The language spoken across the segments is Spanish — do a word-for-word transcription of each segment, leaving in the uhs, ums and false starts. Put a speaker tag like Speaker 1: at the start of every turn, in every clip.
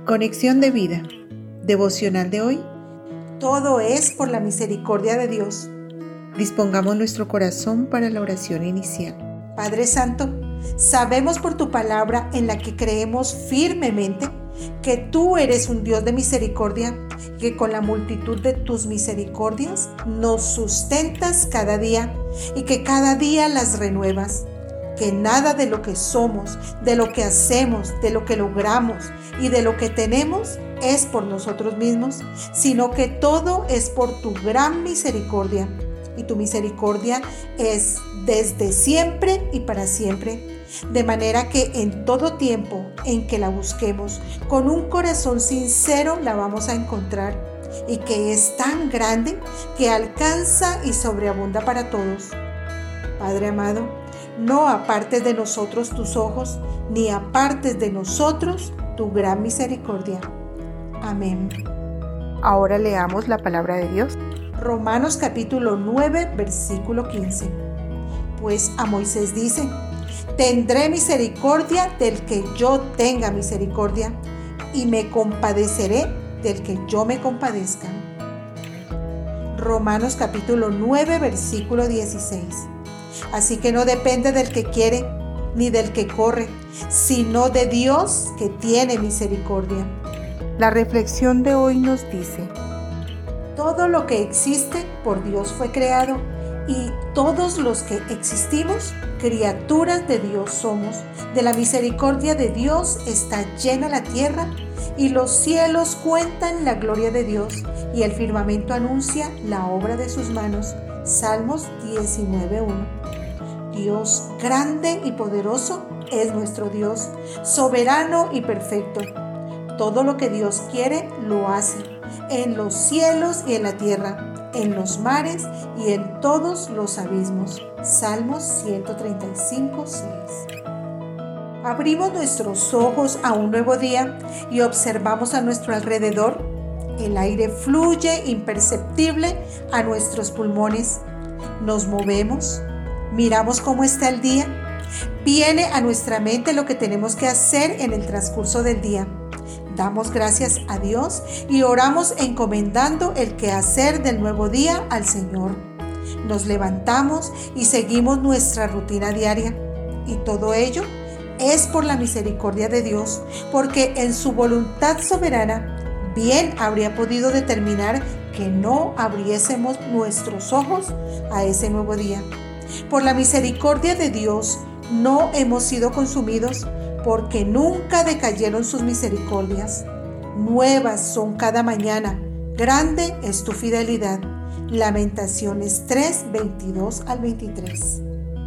Speaker 1: Conexión de vida. Devocional de hoy.
Speaker 2: Todo es por la misericordia de Dios.
Speaker 1: Dispongamos nuestro corazón para la oración inicial.
Speaker 2: Padre Santo, sabemos por tu palabra en la que creemos firmemente que tú eres un Dios de misericordia, que con la multitud de tus misericordias nos sustentas cada día y que cada día las renuevas. Que nada de lo que somos, de lo que hacemos, de lo que logramos y de lo que tenemos es por nosotros mismos, sino que todo es por tu gran misericordia. Y tu misericordia es desde siempre y para siempre. De manera que en todo tiempo en que la busquemos, con un corazón sincero la vamos a encontrar. Y que es tan grande que alcanza y sobreabunda para todos. Padre amado, no apartes de nosotros tus ojos, ni apartes de nosotros tu gran misericordia. Amén.
Speaker 1: Ahora leamos la palabra de Dios.
Speaker 2: Romanos capítulo nueve, versículo quince. Pues a Moisés dice: tendré misericordia del que yo tenga misericordia, y me compadeceré del que yo me compadezca. Romanos capítulo nueve, versículo dieciséis. Así que no depende del que quiere, ni del que corre, sino de Dios que tiene misericordia.
Speaker 1: La reflexión de hoy nos dice:
Speaker 2: todo lo que existe por Dios fue creado, y todos los que existimos, criaturas de Dios somos. De la misericordia de Dios está llena la tierra, y los cielos cuentan la gloria de Dios, y el firmamento anuncia la obra de sus manos. Salmos diecinueve uno. Dios grande y poderoso es nuestro Dios, soberano y perfecto. Todo lo que Dios quiere lo hace, en los cielos y en la tierra, en los mares y en todos los abismos. Salmos ciento treinta y cinco, seis. Abrimos nuestros ojos a un nuevo día y observamos a nuestro alrededor. El aire fluye imperceptible a nuestros pulmones. Nos movemos, miramos cómo está el día. Viene a nuestra mente lo que tenemos que hacer en el transcurso del día. Damos gracias a Dios y oramos encomendando el quehacer del nuevo día al Señor. Nos levantamos y seguimos nuestra rutina diaria. Y todo ello es por la misericordia de Dios, porque en su voluntad soberana bien habría podido determinar que no abriésemos nuestros ojos a ese nuevo día. Por la misericordia de Dios no hemos sido consumidos, porque nunca decayeron sus misericordias. Nuevas son cada mañana, grande es tu fidelidad. Lamentaciones tres, veintidós al veintitrés.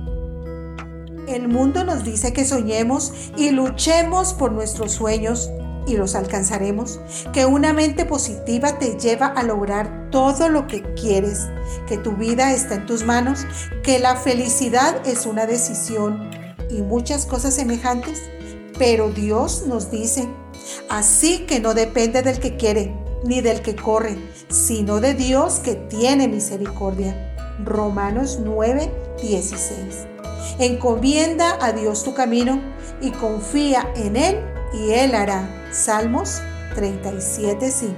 Speaker 2: El mundo nos dice que soñemos y luchemos por nuestros sueños y los alcanzaremos, que una mente positiva te lleva a lograr todo lo que quieres, que tu vida está en tus manos, que la felicidad es una decisión y muchas cosas semejantes. Pero Dios nos dice: así que no depende del que quiere ni del que corre, sino de Dios que tiene misericordia. Romanos nueve, dieciséis. Encomienda a Dios tu camino y confía en Él y Él hará. Salmos treinta y siete, cinco.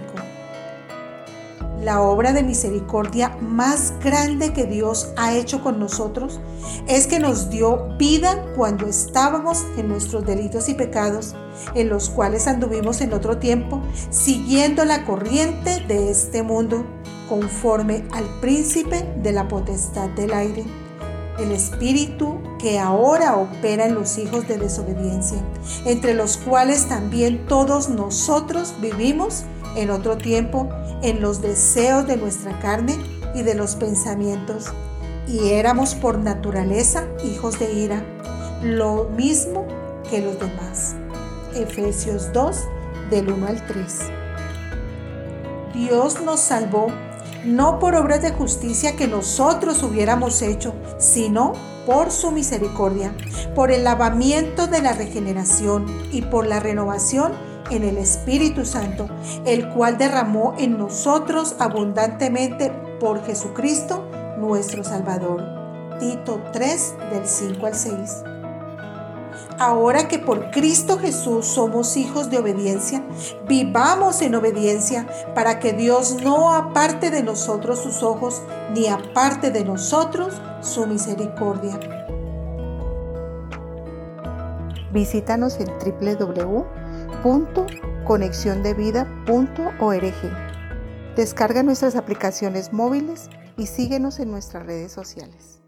Speaker 2: La obra de misericordia más grande que Dios ha hecho con nosotros es que nos dio vida cuando estábamos en nuestros delitos y pecados, en los cuales anduvimos en otro tiempo, siguiendo la corriente de este mundo, conforme al príncipe de la potestad del aire, el espíritu que ahora opera en los hijos de desobediencia, entre los cuales también todos nosotros vivimos en otro tiempo, en los deseos de nuestra carne y de los pensamientos, y éramos por naturaleza hijos de ira, lo mismo que los demás. Efesios dos, del uno al tres. Dios nos salvó no por obras de justicia que nosotros hubiéramos hecho, sino por su misericordia, por el lavamiento de la regeneración y por la renovación en el Espíritu Santo, el cual derramó en nosotros abundantemente por Jesucristo nuestro Salvador. Tito tres, del cinco al seis. Ahora que por Cristo Jesús somos hijos de obediencia, vivamos en obediencia para que Dios no aparte de nosotros sus ojos, ni aparte de nosotros su misericordia.
Speaker 1: Visítanos en doble u doble u doble u punto conexión de vida punto org. Descarga nuestras aplicaciones móviles y síguenos en nuestras redes sociales.